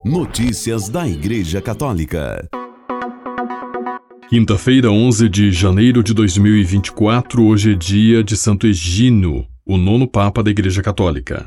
Notícias da Igreja Católica. Quinta-feira, 11 de janeiro de 2024, hoje é dia de Santo Egino, o nono Papa da Igreja Católica.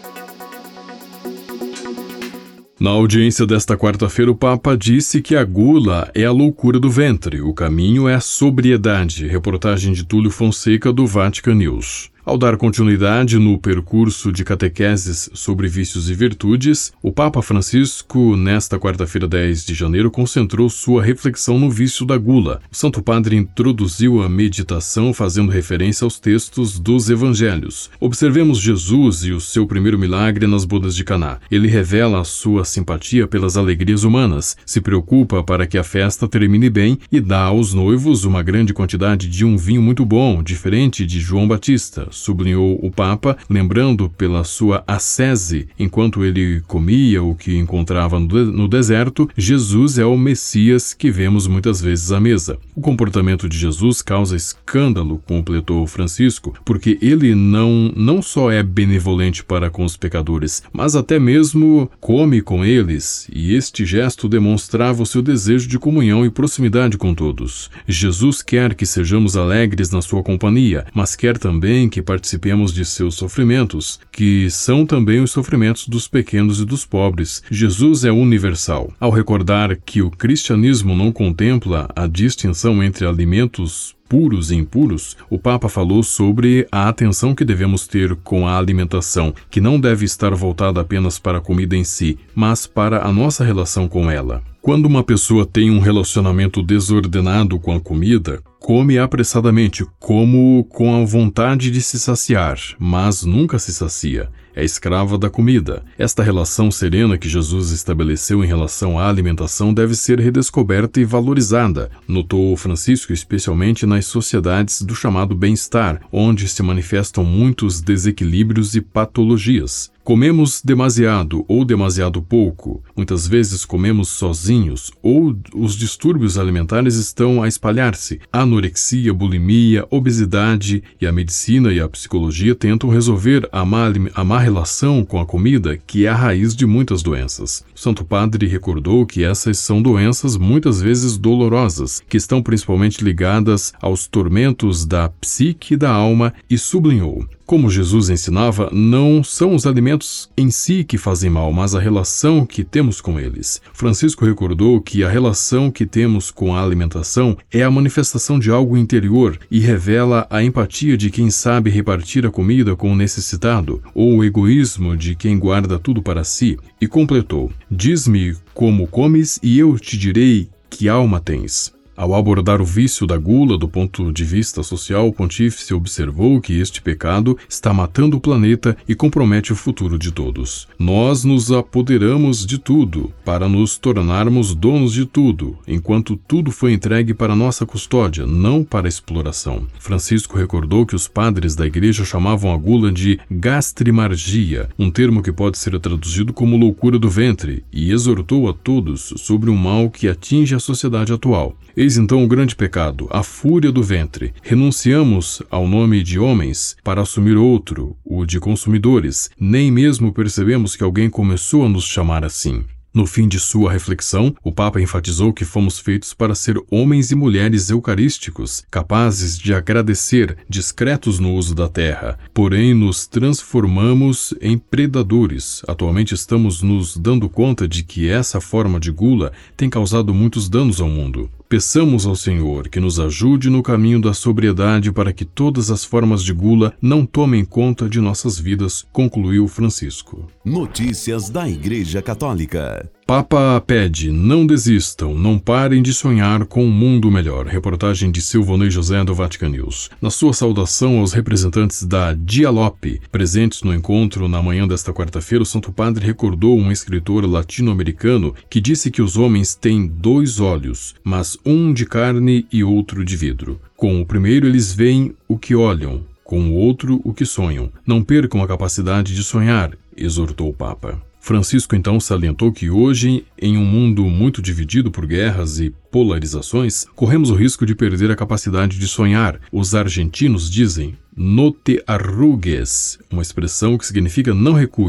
Na audiência desta quarta-feira, o Papa disse que a gula é a loucura do ventre, o caminho é a sobriedade. Reportagem de Túlio Fonseca, do Vatican News. Ao dar continuidade no percurso de catequeses sobre vícios e virtudes, o Papa Francisco, nesta quarta-feira, 10 de janeiro, concentrou sua reflexão no vício da gula. O Santo Padre introduziu a meditação fazendo referência aos textos dos Evangelhos. Observemos Jesus e o seu primeiro milagre nas bodas de Caná. Ele revela a sua simpatia pelas alegrias humanas, se preocupa para que a festa termine bem e dá aos noivos uma grande quantidade de um vinho muito bom, diferente de João Batista, sublinhou o Papa, lembrando pela sua ascese, enquanto ele comia o que encontrava no deserto, Jesus é o Messias que vemos muitas vezes à mesa. O comportamento de Jesus causa escândalo, completou Francisco, porque ele não só é benevolente para com os pecadores, mas até mesmo come com eles, e este gesto demonstrava o seu desejo de comunhão e proximidade com todos. Jesus quer que sejamos alegres na sua companhia, mas quer também que participemos de seus sofrimentos, que são também os sofrimentos dos pequenos e dos pobres. Jesus é universal. Ao recordar que o cristianismo não contempla a distinção entre alimentos puros e impuros, o Papa falou sobre a atenção que devemos ter com a alimentação, que não deve estar voltada apenas para a comida em si, mas para a nossa relação com ela. Quando uma pessoa tem um relacionamento desordenado com a comida, come apressadamente, como com a vontade de se saciar, mas nunca se sacia. É escrava da comida. Esta relação serena que Jesus estabeleceu em relação à alimentação deve ser redescoberta e valorizada, notou Francisco, especialmente nas sociedades do chamado bem-estar, onde se manifestam muitos desequilíbrios e patologias. Comemos demasiado ou demasiado pouco, muitas vezes comemos sozinhos ou os distúrbios alimentares estão a espalhar-se. A anorexia, bulimia, obesidade e a medicina e a psicologia tentam resolver a má relação com a comida, que é a raiz de muitas doenças. O Santo Padre recordou que essas são doenças muitas vezes dolorosas, que estão principalmente ligadas aos tormentos da psique e da alma e sublinhou: como Jesus ensinava, não são os alimentos em si que fazem mal, mas a relação que temos com eles. Francisco recordou que a relação que temos com a alimentação é a manifestação de algo interior e revela a empatia de quem sabe repartir a comida com o necessitado, ou o egoísmo de quem guarda tudo para si. E completou: diz-me como comes e eu te direi que alma tens. Ao abordar o vício da gula do ponto de vista social, o pontífice observou que este pecado está matando o planeta e compromete o futuro de todos. Nós nos apoderamos de tudo, para nos tornarmos donos de tudo, enquanto tudo foi entregue para nossa custódia, não para exploração. Francisco recordou que os padres da igreja chamavam a gula de gastrimargia, um termo que pode ser traduzido como loucura do ventre, e exortou a todos sobre um mal que atinge a sociedade atual. Eis então o grande pecado, a fúria do ventre. Renunciamos ao nome de homens para assumir outro, o de consumidores. Nem mesmo percebemos que alguém começou a nos chamar assim. No fim de sua reflexão, o Papa enfatizou que fomos feitos para ser homens e mulheres eucarísticos, capazes de agradecer, discretos no uso da terra. Porém, nos transformamos em predadores. Atualmente estamos nos dando conta de que essa forma de gula tem causado muitos danos ao mundo. Peçamos ao Senhor que nos ajude no caminho da sobriedade para que todas as formas de gula não tomem conta de nossas vidas, concluiu Francisco. Notícias da Igreja Católica. Papa pede: não desistam, não parem de sonhar com um mundo melhor. Reportagem de Silvonei José, do Vatican News. Na sua saudação aos representantes da Dialope, presentes no encontro na manhã desta quarta-feira, o Santo Padre recordou um escritor latino-americano que disse que os homens têm 2 olhos, mas um de carne e outro de vidro. Com o primeiro eles veem o que olham, com o outro o que sonham. Não percam a capacidade de sonhar, exortou o Papa. Francisco então salientou que hoje, em um mundo muito dividido por guerras e polarizações, corremos o risco de perder a capacidade de sonhar. Os argentinos dizem "no te arrugues", uma expressão que significa não recue,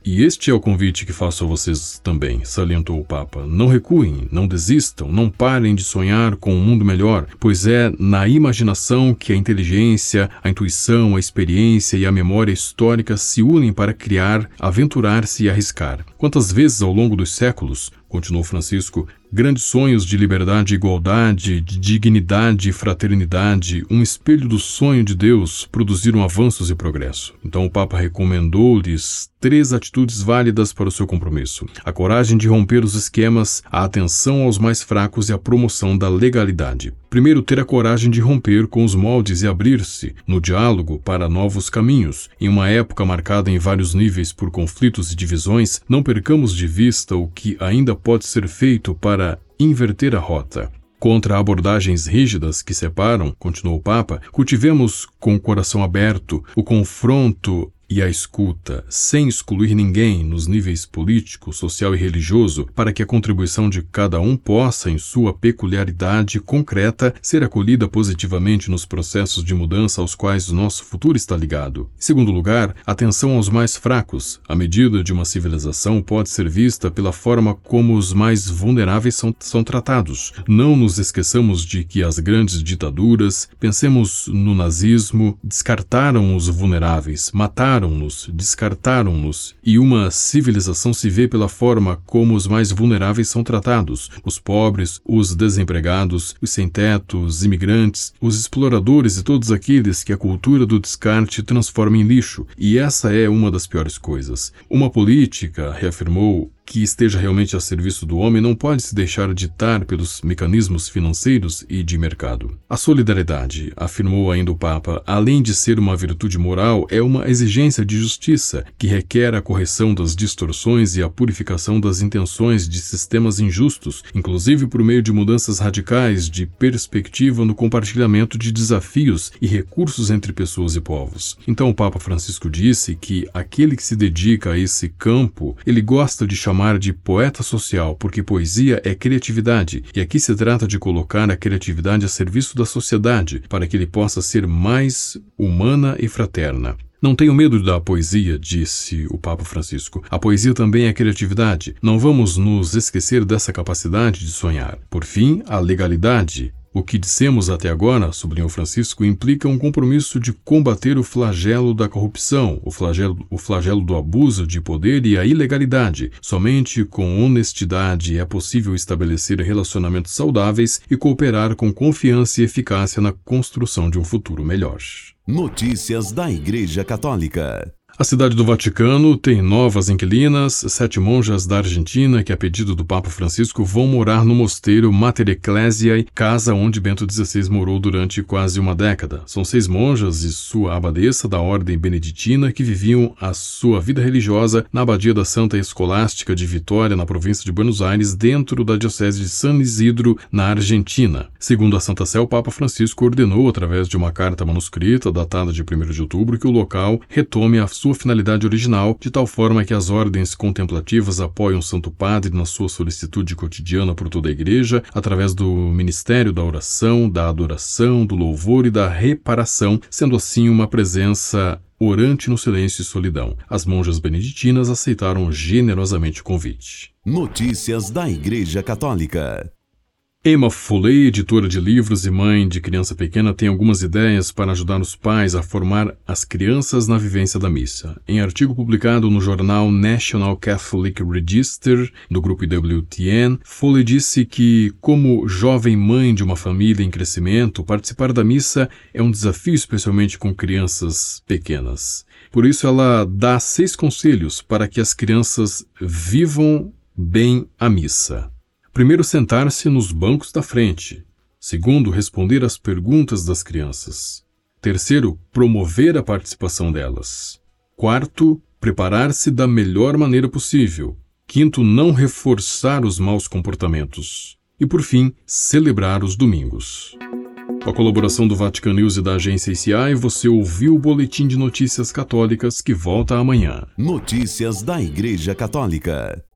E este é o convite que faço a vocês também, salientou o Papa. Não recuem, não desistam, não parem de sonhar com um mundo melhor, pois é na imaginação que a inteligência, a intuição, a experiência e a memória histórica se unem para criar, aventurar-se e arriscar. Quantas vezes ao longo dos séculos, continuou Francisco, grandes sonhos de liberdade e igualdade, de dignidade e fraternidade, um espelho do sonho de Deus, produziram avanços e progresso. Então o Papa recomendou-lhes 3 atitudes válidas para o seu compromisso: a coragem de romper os esquemas, a atenção aos mais fracos e a promoção da legalidade. Primeiro, ter a coragem de romper com os moldes e abrir-se, no diálogo, para novos caminhos. Em uma época marcada em vários níveis por conflitos e divisões, não percamos de vista o que ainda pode ser feito para inverter a rota. Contra abordagens rígidas que separam, continuou o Papa, cultivemos com o coração aberto o confronto e a escuta, sem excluir ninguém nos níveis político, social e religioso, para que a contribuição de cada um possa, em sua peculiaridade concreta, ser acolhida positivamente nos processos de mudança aos quais o nosso futuro está ligado. Em segundo lugar, atenção aos mais fracos. A medida de uma civilização pode ser vista pela forma como os mais vulneráveis são tratados. Não nos esqueçamos de que as grandes ditaduras, pensemos no nazismo, descartaram os vulneráveis, mataram-nos, descartaram-nos, e uma civilização se vê pela forma como os mais vulneráveis são tratados: os pobres, os desempregados, os sem-teto, os imigrantes, os exploradores e todos aqueles que a cultura do descarte transforma em lixo. E essa é uma das piores coisas. Uma política, reafirmou, que esteja realmente a serviço do homem não pode se deixar ditar pelos mecanismos financeiros e de mercado. A solidariedade, afirmou ainda o Papa, além de ser uma virtude moral, é uma exigência de justiça que requer a correção das distorções e a purificação das intenções de sistemas injustos, inclusive por meio de mudanças radicais de perspectiva no compartilhamento de desafios e recursos entre pessoas e povos. Então o Papa Francisco disse que aquele que se dedica a esse campo, ele gosta de chamar de poeta social, porque poesia é criatividade, e aqui se trata de colocar a criatividade a serviço da sociedade, para que ele possa ser mais humana e fraterna. Não tenho medo da poesia, disse o Papa Francisco. A poesia também é criatividade. Não vamos nos esquecer dessa capacidade de sonhar. Por fim, a legalidade. O que dissemos até agora, sublinhou Francisco, implica um compromisso de combater o flagelo da corrupção, o flagelo do abuso de poder e a ilegalidade. Somente com honestidade é possível estabelecer relacionamentos saudáveis e cooperar com confiança e eficácia na construção de um futuro melhor. Notícias da Igreja Católica. A cidade do Vaticano tem novas inquilinas. 7 monjas da Argentina, que a pedido do Papa Francisco vão morar no mosteiro Mater Ecclesiae, casa onde Bento XVI morou durante quase uma década. São 6 monjas e sua abadesa da ordem beneditina que viviam a sua vida religiosa na abadia da Santa Escolástica de Vitória, na província de Buenos Aires, dentro da diocese de San Isidro, na Argentina. Segundo a Santa Sé, o Papa Francisco ordenou, através de uma carta manuscrita datada de 1º de outubro, que o local retome a sua finalidade original, de tal forma que as ordens contemplativas apoiam o Santo Padre na sua solicitude cotidiana por toda a Igreja, através do ministério da oração, da adoração, do louvor e da reparação, sendo assim uma presença orante no silêncio e solidão. As monjas beneditinas aceitaram generosamente o convite. Notícias da Igreja Católica. Emma Foley, editora de livros e mãe de criança pequena, tem algumas ideias para ajudar os pais a formar as crianças na vivência da missa. Em artigo publicado no jornal National Catholic Register, do grupo IWTN, Foley disse que, como jovem mãe de uma família em crescimento, participar da missa é um desafio, especialmente com crianças pequenas. Por isso, ela dá 6 conselhos para que as crianças vivam bem a missa. Primeiro, sentar-se nos bancos da frente. Segundo, responder às perguntas das crianças. Terceiro, promover a participação delas. Quarto, preparar-se da melhor maneira possível. Quinto, não reforçar os maus comportamentos. E, por fim, celebrar os domingos. Com a colaboração do Vatican News e da agência ICI, você ouviu o Boletim de Notícias Católicas, que volta amanhã. Notícias da Igreja Católica.